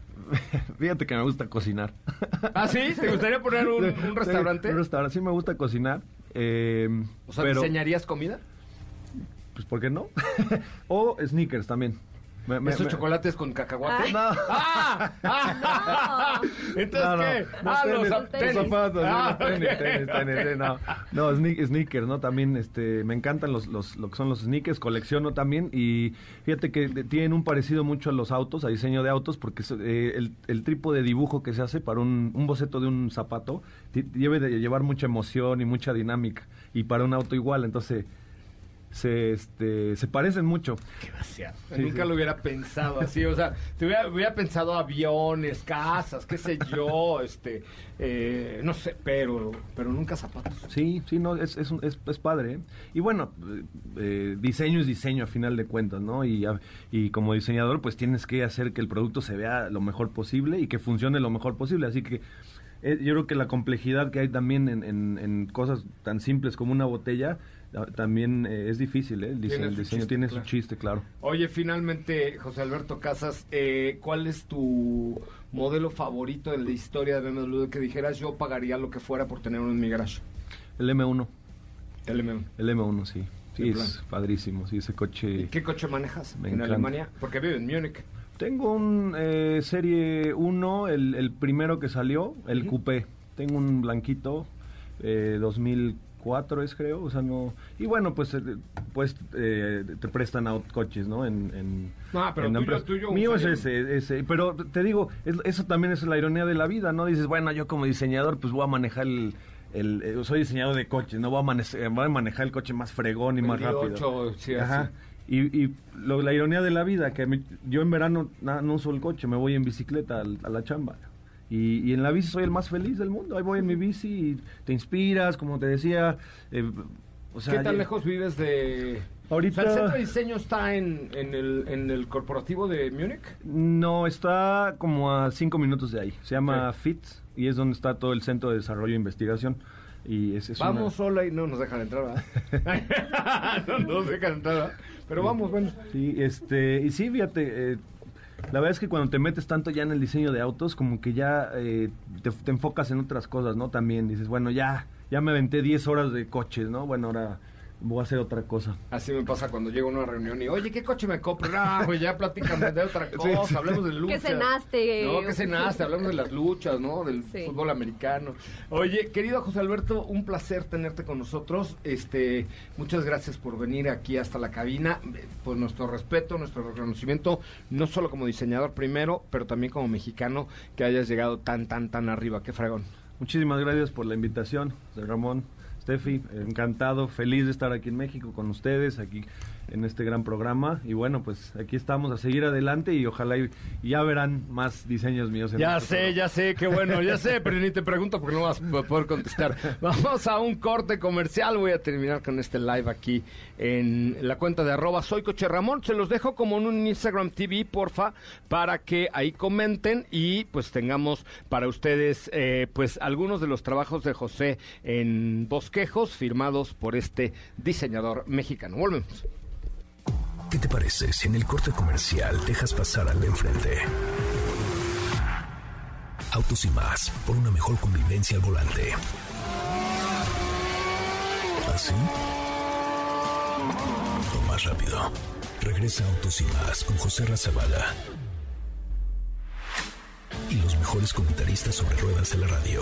Fíjate que me gusta cocinar. ¿Ah, sí? ¿Te gustaría poner un, un restaurante? Un restaurante, sí me gusta cocinar. eh, O sea, pero, ¿diseñarías comida? pues, ¿por qué no? O sneakers también. Me- me- ¿Esos me- chocolates con cacahuate? Ay. No. ¡Ah! ¡Ah! ¿Entonces No, no, qué? no, ah, tenis, los los tenis. zapatos, sí, Ah, los tenis, ok. tenis, tenis, sí, no, no, sne- sneakers, ¿no? También, este, me encantan los, los, lo que son los sneakers, colecciono también y fíjate que de- tienen un parecido mucho a los autos, a diseño de autos, porque es, eh, el, el tipo de dibujo que se hace para un, un boceto de un zapato ti- debe de llevar mucha emoción y mucha dinámica y para un auto igual, entonces se, este, se parecen mucho. Qué vaciado. Sí, Nunca sí. lo hubiera pensado así, o sea, te hubiera, hubiera pensado aviones, casas, qué sé yo, este, eh, no sé, pero, pero nunca zapatos. Sí, sí, no, es, es, un- es, es padre, ¿eh? Y bueno, eh, eh, diseño es diseño a final de cuentas, ¿no? Y, a- y como diseñador, pues tienes que hacer que el producto se vea lo mejor posible y que funcione lo mejor posible. Así que eh, yo creo que la complejidad que hay también en, en, en cosas tan simples como una botella, ah, también eh, es difícil, ¿eh? El diseño, Tiene el su diseño chiste, tiene claro. su chiste, claro. Oye, finalmente, José Alberto Casas, eh, ¿cuál es tu modelo favorito de la historia de B M W que dijeras yo pagaría lo que fuera por tener uno en mi garage? El eme uno, El M uno. el eme uno, sí. Sí, De es plan. padrísimo, sí, ese coche... ¿Y qué coche manejas Me en encanta. Alemania? Porque vive en Múnich. Tengo un eh, Serie uno, el, el primero que salió, el Ujú. coupé. Tengo un blanquito, eh, dos mil cuatro es creo, o sea, no... Y bueno, pues, eh, pues eh, te prestan out coches, ¿no? En, en, Ah, pero en la tuyo- empresa. tuyo Mío es salió. ese, ese, pero te digo, es- eso también es la ironía de la vida, ¿no? Dices, bueno, yo como diseñador, pues voy a manejar el... el eh, soy diseñador de coches, no voy a, mane- voy a manejar el coche más fregón y más rápido. veintiocho, sí, Ajá. así. Y, y lo- la ironía de la vida, que me- yo en verano na- no uso el coche, me voy en bicicleta al- a la chamba. Y, y en la bici soy el más feliz del mundo. Ahí voy en mi bici y te inspiras, como te decía. eh, o sea, ¿Qué tan ya- lejos vives de...? Ahorita- O sea, ¿el centro de diseño está en, en, el, en el corporativo de Múnich? No, está como a cinco minutos de ahí. Se llama Sí. FITS y es donde está todo el Centro de Desarrollo e Investigación. Y es, es una- Vamos sola y no nos dejan entrar, ¿verdad? no nos dejan entrar, ¿verdad? Pero vamos, bueno. Sí, este, y sí, fíjate, eh, la verdad es que cuando te metes tanto ya en el diseño de autos, como que ya eh, te, te enfocas en otras cosas, ¿no? También dices, bueno, ya, ya me aventé diez horas de coches, ¿no? Bueno, ahora voy a hacer otra cosa. Así me pasa cuando llego a una reunión y, oye, ¿qué coche me compro? Ah, güey, ya platícame de otra cosa, Sí, sí. hablemos de luchas. ¿Qué cenaste? No, ¿qué cenaste? Hablamos de las luchas, ¿no? Del Sí. fútbol americano. Oye, querido José Alberto, un placer tenerte con nosotros. Este, muchas gracias por venir aquí hasta la cabina. Pues nuestro respeto, nuestro reconocimiento, no solo como diseñador primero, pero también como mexicano, que hayas llegado tan, tan, tan arriba. Qué fregón. Muchísimas gracias por la invitación, José Ramón, Steffi, encantado, feliz de estar aquí en México con ustedes, aquí en este gran programa. Y bueno, pues aquí estamos a seguir adelante y ojalá y, y ya verán más diseños míos. En Ya este sé, programa. ya sé, qué bueno, ya sé, pero ni te pregunto porque no vas a poder contestar. Vamos a un corte comercial, voy a terminar con este live aquí en la cuenta de arroba soy Coche Ramón. Se los dejo como en un Instagram T V, porfa, para que ahí comenten y pues tengamos para ustedes eh, pues algunos de los trabajos de José en bosquejos firmados por este diseñador mexicano. Volvemos. ¿Qué te parece si en el corte comercial dejas pasar al de enfrente? Autos y más, por una mejor convivencia al volante. ¿Así? O más rápido. Regresa Autos y más con José Razabala. Y los mejores comentaristas sobre ruedas de la radio.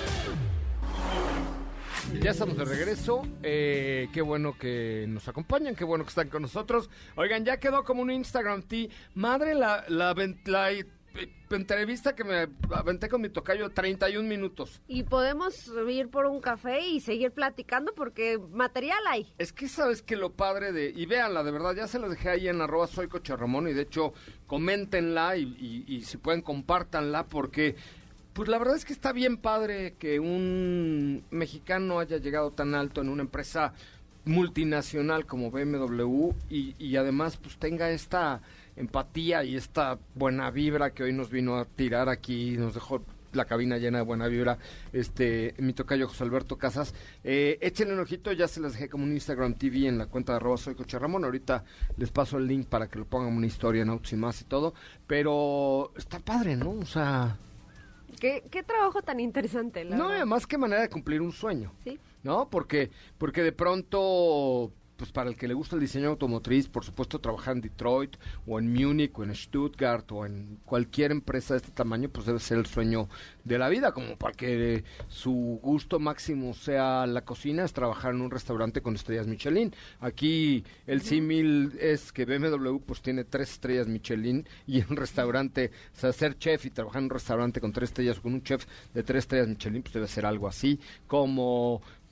Ya estamos de regreso, eh, qué bueno que nos acompañan, qué bueno que están con nosotros. Oigan, ya quedó como un Instagram T. Madre, la, la, ven- la, eh, entrevista que me aventé con mi tocayo, treinta y un minutos. Y podemos ir por un café y seguir platicando porque material hay. Es que sabes que lo padre de... Y véanla, de verdad, ya se las dejé ahí en arroba soy Coche Ramón y de hecho, coméntenla y, y, y si pueden, compártanla porque... Pues la verdad es que está bien padre que un mexicano haya llegado tan alto en una empresa multinacional como B M W y, y además pues tenga esta empatía y esta buena vibra que hoy nos vino a tirar aquí, nos dejó la cabina llena de buena vibra, este, mi tocayo José Alberto Casas. Eh, échenle un ojito, ya se las dejé como un Instagram T V en la cuenta de arroba soy Coche Ramón. Ahorita les paso el link para que lo pongan una historia en Autos y Más y todo, pero está padre, ¿no? O sea... ¿Qué, qué trabajo tan interesante, la No, verdad. además qué manera de cumplir un sueño, Sí. ¿no? Porque, porque de pronto, pues para el que le gusta el diseño automotriz, por supuesto trabajar en Detroit o en Múnich o en Stuttgart o en cualquier empresa de este tamaño, pues debe ser el sueño de la vida, como para que su gusto máximo sea la cocina, es trabajar en un restaurante con estrellas Michelin. Aquí el símil es que B M W pues tiene tres estrellas Michelin y en un restaurante, o sea, ser chef y trabajar en un restaurante con tres estrellas, con un chef de tres estrellas Michelin, pues debe ser algo así, como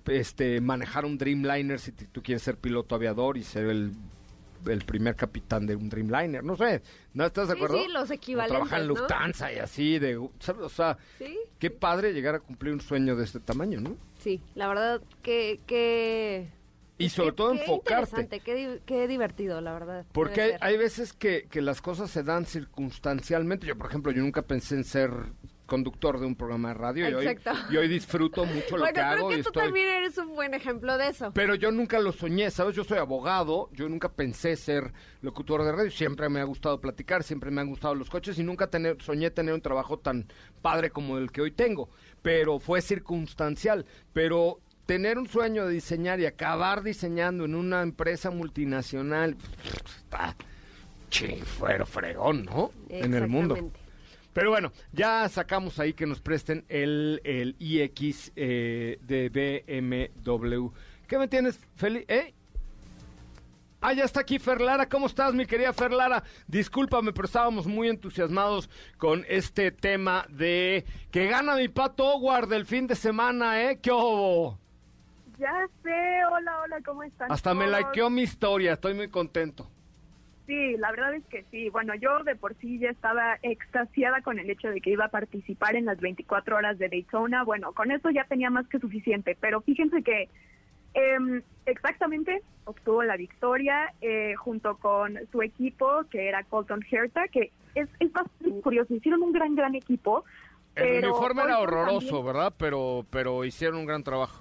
este, manejar un Dreamliner si tú quieres ser piloto aviador y ser el, el primer capitán de un Dreamliner. No sé, ¿no estás de Sí, acuerdo? sí, los equivalentes, O trabajar en ¿no? Lufthansa y así, de, ¿sabes? O sea, Sí. qué padre llegar a cumplir un sueño de este tamaño, ¿no? Sí, la verdad que... que... Y sobre qué- todo qué enfocarte. interesante, Qué, di- qué divertido, la verdad. Porque debe hay, ser. hay veces que, que las cosas se dan circunstancialmente. Yo, por ejemplo, yo nunca pensé en ser conductor de un programa de radio y hoy, Exacto. y hoy disfruto mucho lo Bueno, que hago. creo que y tú estoy... también eres un buen ejemplo de eso. Pero yo nunca lo soñé, ¿sabes? Yo soy abogado, yo nunca pensé ser locutor de radio, siempre me ha gustado platicar, siempre me han gustado los coches y nunca tener, soñé tener un trabajo tan padre como el que hoy tengo, pero fue circunstancial, pero tener un sueño de diseñar y acabar diseñando en una empresa multinacional, está fuera fregón, ¿no? En el mundo. Exactamente. Pero bueno, ya sacamos ahí que nos presten el, el i equis eh, de B M W. ¿Qué me tienes, Feli? ¿Eh? Ah, ya está aquí Fer Lara. ¿Cómo estás, mi querida Fer Lara? Discúlpame, pero estábamos muy entusiasmados con este tema de que gana mi Pato Howard del fin de semana, ¿eh? ¿Qué hubo? Ya sé, hola, hola, ¿cómo están? Hasta me todos? likeó mi historia, estoy muy contento. Sí, la verdad es que sí. Bueno, yo de por sí ya estaba extasiada con el hecho de que iba a participar en las veinticuatro horas de Daytona. Bueno, con eso ya tenía más que suficiente, pero fíjense que eh, exactamente obtuvo la victoria eh, junto con su equipo, que era Colton Herta, que es, es bastante curioso. Hicieron un gran, gran equipo. El pero uniforme era Colton horroroso, también- ¿verdad? Pero, pero hicieron un gran trabajo.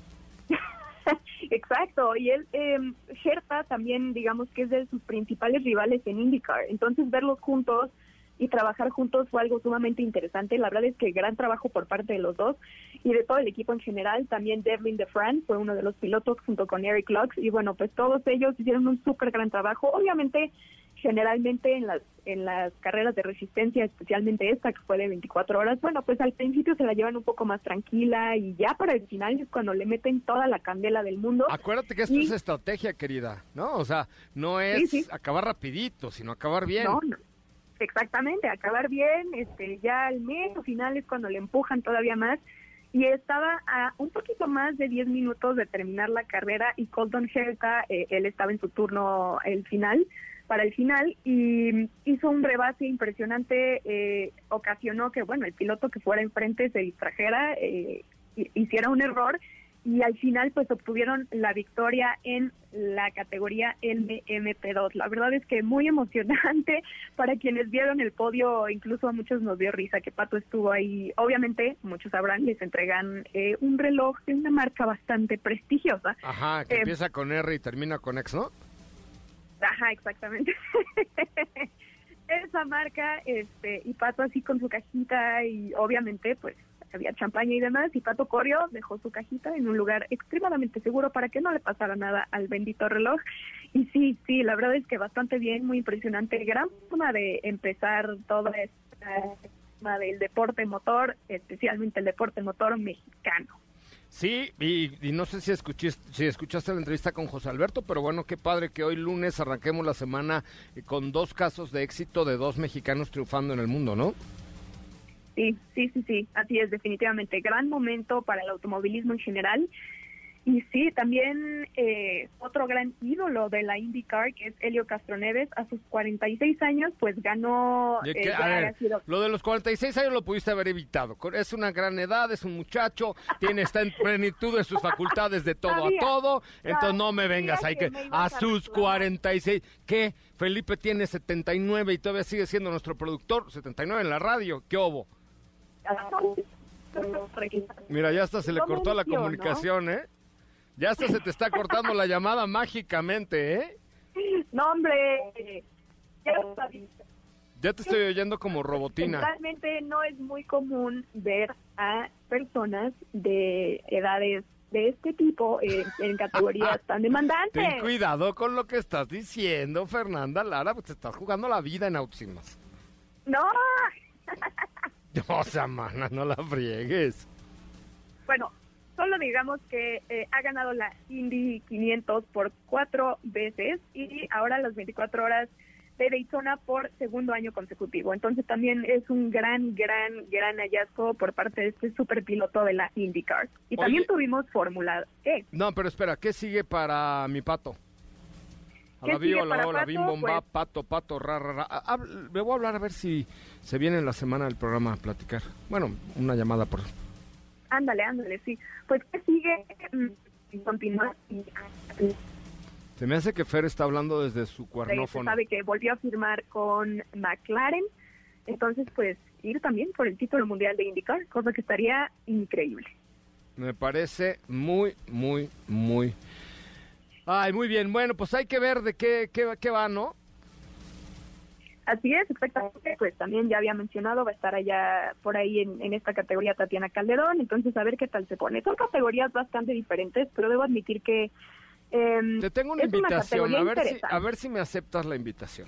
Exacto, y él, eh, Herta también, digamos que es de sus principales rivales en IndyCar, entonces verlos juntos y trabajar juntos fue algo sumamente interesante. La verdad es que gran trabajo por parte de los dos y de todo el equipo en general. También Devlin DeFran fue uno de los pilotos junto con Eric Lux, y bueno, pues todos ellos hicieron un súper gran trabajo. Obviamente, generalmente en las en las carreras de resistencia, especialmente esta que fue de veinticuatro horas, bueno, pues al principio se la llevan un poco más tranquila y ya para el final es cuando le meten toda la candela del mundo. Acuérdate que esto Y- es estrategia, querida, ¿no? O sea, no es Sí, sí. acabar rapidito, sino acabar bien. No, no. Exactamente, acabar bien, este, ya al mes o final es cuando le empujan todavía más, y estaba a un poquito más de diez minutos de terminar la carrera y Colton Herta, eh, él estaba en su turno el final, para el final, y hizo un rebase impresionante, eh, ocasionó que, bueno, el piloto que fuera enfrente se distrajera, eh, hi- hiciera un error, y al final pues obtuvieron la victoria en la categoría M M P dos. La verdad es que muy emocionante para quienes vieron el podio, incluso a muchos nos dio risa que Pato estuvo ahí. Obviamente, muchos sabrán, les entregan eh, un reloj de una marca bastante prestigiosa. Ajá, que Eh, empieza con R y termina con X, ¿no? Ajá, exactamente. Esa marca, este, y Pato así con su cajita, y obviamente pues había champaña y demás, y Pato corrió, dejó su cajita en un lugar extremadamente seguro para que no le pasara nada al bendito reloj. Y sí, sí, la verdad es que bastante bien, muy impresionante, gran forma de empezar toda esta tema del deporte motor, especialmente el deporte motor mexicano. Sí, y, y no sé si escuchaste, si escuchaste la entrevista con José Alberto, pero bueno, qué padre que hoy lunes arranquemos la semana eh, con dos casos de éxito de dos mexicanos triunfando en el mundo, ¿no? Sí, sí, sí, sí, así es, definitivamente. Gran momento para el automovilismo en general. Y sí, también eh, otro gran ídolo de la IndyCar, que es Helio Castroneves, a sus cuarenta y seis años, pues ganó... Y eh, que, ya a ver, ha sido- lo de los cuarenta y seis años lo pudiste haber evitado. Con- Es una gran edad, es un muchacho, tiene está en plenitud de sus facultades de todo Sabía, a todo. Entonces no me sabía vengas ahí que que me a ibas a sus reclamar. cuarenta y seis. ¿Qué? Felipe tiene setenta y nueve y todavía sigue siendo nuestro productor. setenta y nueve en la radio. ¿Qué obo? Mira, ya hasta se le Lo cortó la menciono. comunicación, ¿eh? Ya hasta se te está cortando la llamada mágicamente, ¿eh? No, hombre, ya lo sabía. Ya te estoy oyendo como robotina. Realmente no es muy común ver a personas de edades de este tipo eh, en categorías tan demandantes. Ten cuidado con lo que estás diciendo, Fernanda Lara, pues te estás jugando la vida en Autos y Más. No, O sea, mana, no la friegues. bueno, solo digamos que eh, ha ganado la Indy quinientos por cuatro veces y ahora las veinticuatro horas de Daytona por segundo año consecutivo. Entonces también es un gran, gran, gran hallazgo por parte de este superpiloto de la IndyCar. Y Oye. también tuvimos Fórmula E. No, pero espera, ¿qué sigue para mi pato? ¿Qué Hola, sigue hola, para hola, Pato? bim, bom, ba, Pues- pato, pato, ra, ra, ra. Ah, hab- le voy a hablar a ver si se viene en la semana del programa a platicar. Bueno, una llamada por... Ándale, ándale, sí. Pues ¿qué sigue? Mm, Continúa. Y- Se me hace que Fer está hablando desde su Se cuernófono. sabe que volvió a firmar con McLaren. Entonces, pues, ir también por el título mundial de IndyCar, cosa que estaría increíble. Me parece muy, muy, muy... Ay, muy bien. Bueno, pues hay que ver de qué, qué, qué va, ¿no? Así es, exactamente. Pues también ya había mencionado, va a estar allá por ahí en, en esta categoría Tatiana Calderón. Entonces, a ver qué tal se pone. Son categorías bastante diferentes, pero debo admitir que... em, Te tengo una es invitación, categoría a ver, si, interesante. a ver si me aceptas la invitación.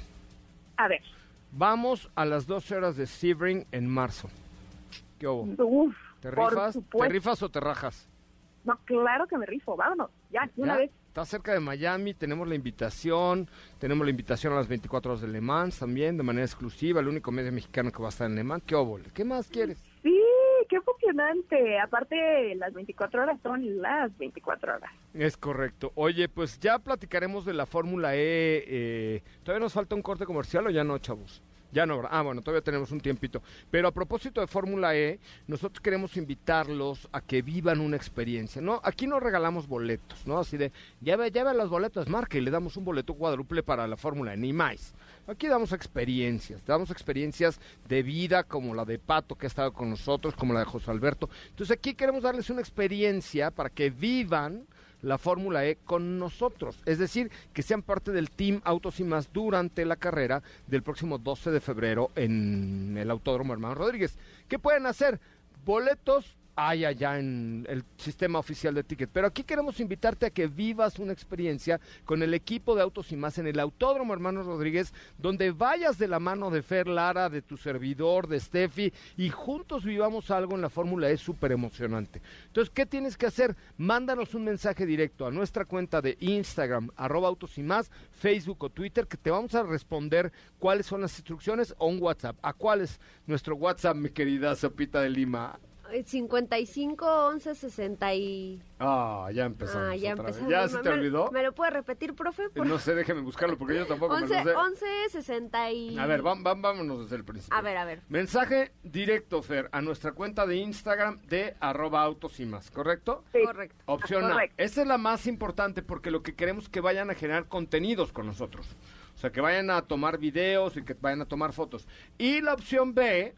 A ver. Vamos a las doce horas de Sebring en marzo. ¿Qué hubo? Uf, ¿Te por rifas? ¿Te supuesto. rifas o te rajas? No, claro que me rifo. Vámonos, ya, de una ¿Ya? vez. Está cerca de Miami, tenemos la invitación, tenemos la invitación a las veinticuatro horas de Le Mans también, de manera exclusiva, el único medio mexicano que va a estar en Le Mans. ¿Qué óvole? ¿Qué más quieres? Sí, qué emocionante. Aparte, las veinticuatro horas son las veinticuatro horas. Es correcto. Oye, pues ya platicaremos de la Fórmula E. Eh, ¿Todavía nos falta un corte comercial o ya no, chavos? Ya no, ¿verdad? Ah, bueno, todavía tenemos un tiempito. Pero a propósito de Fórmula E, nosotros queremos invitarlos a que vivan una experiencia, ¿no? Aquí no regalamos boletos, ¿no? Así de, lleve, lleve los boletos, marca y le damos un boleto cuádruple para la Fórmula E, ni más. Aquí damos experiencias, damos experiencias de vida como la de Pato que ha estado con nosotros, como la de José Alberto. Entonces aquí queremos darles una experiencia para que vivan la Fórmula E con nosotros, es decir, que sean parte del Team Autos y Más durante la carrera del próximo doce de febrero en el Autódromo Hermano Rodríguez. ¿Qué pueden hacer? Boletos hay allá en el sistema oficial de ticket, pero aquí queremos invitarte a que vivas una experiencia con el equipo de Autos y Más en el Autódromo Hermanos Rodríguez, donde vayas de la mano de Fer Lara, de tu servidor, de Steffi, y juntos vivamos algo en la Fórmula E súper emocionante. Entonces, ¿qué tienes que hacer? Mándanos un mensaje directo a nuestra cuenta de Instagram, arroba Autos y Más, Facebook o Twitter, que te vamos a responder cuáles son las instrucciones, o un WhatsApp. ¿A cuál es nuestro WhatsApp, mi querida Sopita de Lima? cincuenta y cinco, once, sesenta y... Ah, ya empezamos Ah, ya otra vez. empezamos. ¿Ya se te ¿Me- olvidó? ¿Me lo puede repetir, profe? Por- No sé, déjeme buscarlo porque yo tampoco once, me lo sé. once, sesenta y... A ver, vam- vam- vámonos desde el principio. A ver, a ver. Mensaje directo, Fer, a nuestra cuenta de Instagram de arroba autos y más, ¿correcto? Sí. Correcto. Opción A. Correcto. Esa es la más importante porque lo que queremos es que vayan a generar contenidos con nosotros. O sea, que vayan a tomar videos y que vayan a tomar fotos. Y la opción B,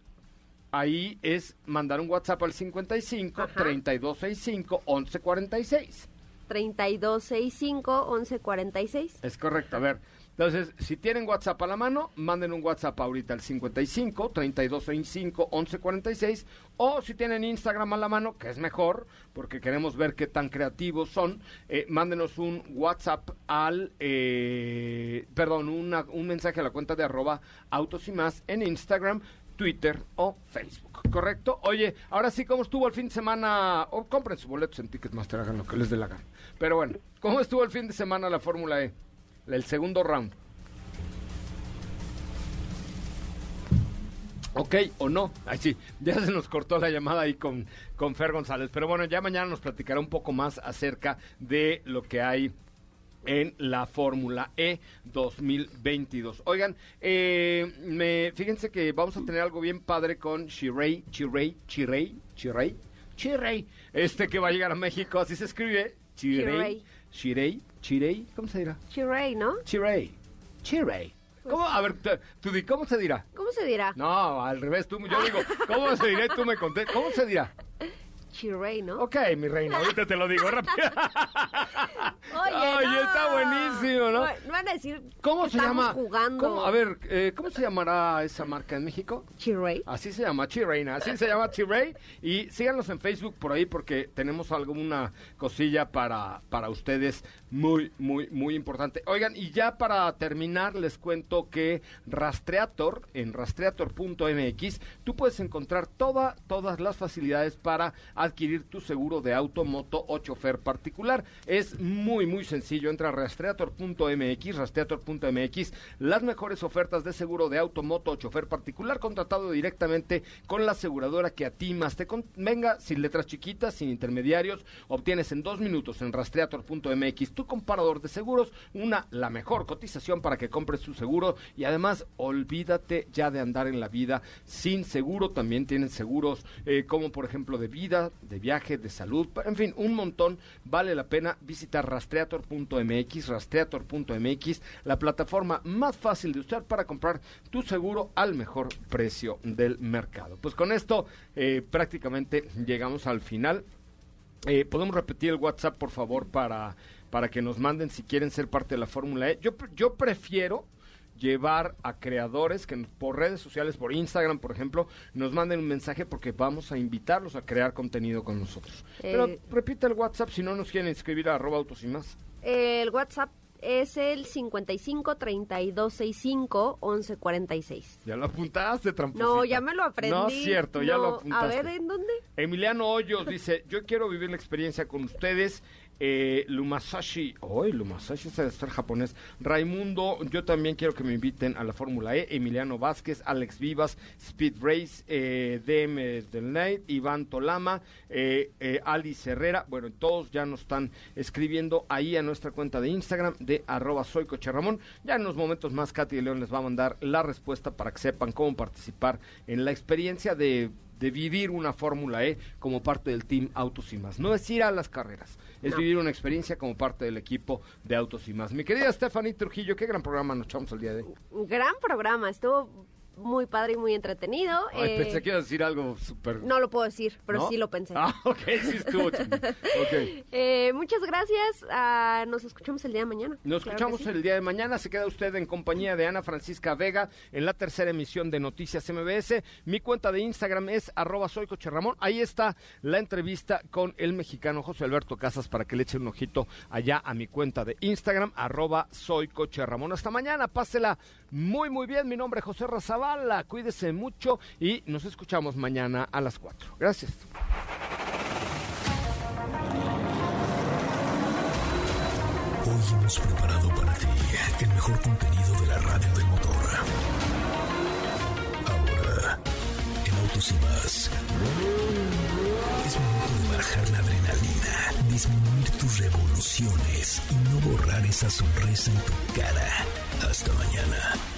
ahí es mandar un WhatsApp al cincuenta y cinco, Ajá. treinta y dos sesenta y cinco, once cuarenta y seis. treinta y dos sesenta y cinco, once cuarenta y seis. Es correcto, a ver. Entonces, si tienen WhatsApp a la mano, manden un WhatsApp ahorita al cincuenta y cinco, treinta y dos sesenta y cinco, once cuarenta y seis, o si tienen Instagram a la mano, que es mejor, porque queremos ver qué tan creativos son, eh, mándenos un WhatsApp al, eh, perdón, una- un mensaje a la cuenta de arroba autos y más en Instagram, Twitter o Facebook, ¿correcto? Oye, ahora sí, ¿cómo estuvo el fin de semana? O compren sus boletos en Ticketmaster, hagan lo que les dé la gana. Pero bueno, ¿cómo estuvo el fin de semana la Fórmula E? El segundo round. Ok o no. Ay, sí, ya se nos cortó la llamada ahí con, con Fer González. Pero bueno, ya mañana nos platicará un poco más acerca de lo que hay en la Fórmula E dos mil veintidós. Oigan, eh, me, fíjense que vamos a tener algo bien padre con Shirei, Chirei, Chirei, Chirei, Chirei, este que va a llegar a México, así se escribe, Chirei, Chirei, Chirei, ¿cómo se dirá? Chirei, ¿no? Chirei, Chirei. ¿Cómo? A ver, tú- tú di, ¿cómo se dirá? ¿Cómo se dirá? No, al revés, tú, yo digo, ¿cómo se dirá? Tú me conté, ¿cómo se dirá? Chirei, ¿no? Ok, mi reina, ahorita te lo digo rápido. Oye, Oye, no. está buenísimo, ¿no? No van a decir ¿Cómo que se estamos llama? jugando. ¿Cómo? A ver, eh, ¿cómo se llamará esa marca en México? Chirei. Así se llama, Chireina, así se llama Chirei. Y síganos en Facebook por ahí porque tenemos alguna cosilla para, para ustedes muy, muy, muy importante. Oigan, y ya para terminar les cuento que Rastreator, en rastreator punto m x, tú puedes encontrar toda, todas las facilidades para adquirir tu seguro de auto, moto o chofer particular. Es muy, muy sencillo. Entra a rastreator punto m x, rastreator punto m x, las mejores ofertas de seguro de auto, moto o chofer particular, contratado directamente con la aseguradora que a ti más te convenga, sin letras chiquitas, sin intermediarios. Obtienes en dos minutos en rastreator punto m x tu comparador de seguros, una, la mejor cotización para que compres tu seguro, y además olvídate ya de andar en la vida sin seguro. También tienen seguros eh, como por ejemplo de vida, de viaje, de salud, en fin, un montón. Vale la pena visitar rastreator punto m x, rastreator punto m x, la plataforma más fácil de usar para comprar tu seguro al mejor precio del mercado. Pues con esto eh, prácticamente llegamos al final. Eh, ¿Podemos repetir el WhatsApp, por favor, para, para que nos manden si quieren ser parte de la Fórmula E? Yo, yo prefiero llevar a creadores que por redes sociales, por Instagram, por ejemplo, nos manden un mensaje, porque vamos a invitarlos a crear contenido con nosotros. Eh, Pero repite el WhatsApp si no nos quieren escribir a arroba autos y más. Eh, el WhatsApp es el cincuenta y cinco, treinta y dos, sesenta y cinco, once, cuarenta y seis. ¿Ya lo apuntaste, tramposita? No, ya me lo aprendí. No es cierto, ya no, lo apuntaste. A ver, ¿en dónde? Emiliano Hoyos dice, yo quiero vivir la experiencia con ustedes. Eh, Lumasashi, hoy oh, Lumasashi es de estar japonés. Raimundo, yo también quiero que me inviten a la Fórmula E. Emiliano Vázquez, Alex Vivas, Speed Race, eh, D M del Night, Iván Tolama, eh, eh, Alice Herrera. Bueno, todos ya nos están escribiendo ahí a nuestra cuenta de Instagram de arroba soy Coche Ramón. Ya en unos momentos más Katy de León les va a mandar la respuesta para que sepan cómo participar en la experiencia de de vivir una Fórmula E como parte del Team Autos y Más. No es ir a las carreras, es no. vivir una experiencia como parte del equipo de Autos y Más. Mi querida Stephanie Trujillo, qué gran programa nos echamos el día de hoy. Gran programa, estuvo muy padre y muy entretenido. Ay, eh, pensé que ibas a decir algo súper... No lo puedo decir, pero ¿no? sí lo pensé. Ah, ok, sí estuvo chido. Okay. Eh, muchas gracias. Uh, nos escuchamos el día de mañana. Nos claro escuchamos sí. el día de mañana. Se queda usted en compañía de Ana Francisca Vega en la tercera emisión de Noticias M B S. Mi cuenta de Instagram es arroba soy Coche Ramón. Ahí está la entrevista con el mexicano José Alberto Casas para que le eche un ojito allá a mi cuenta de Instagram, arroba soy Coche Ramón. Hasta mañana, pásela muy muy bien. Mi nombre es José Razabala. Cuídese mucho y nos escuchamos mañana a las cuatro. Gracias. Hoy hemos preparado para ti el mejor contenido de la radio del motor. Ahora, en Autos y Más, es momento de bajar la adrenalina, disminuir tus revoluciones y no borrar esa sonrisa en tu cara. Hasta mañana.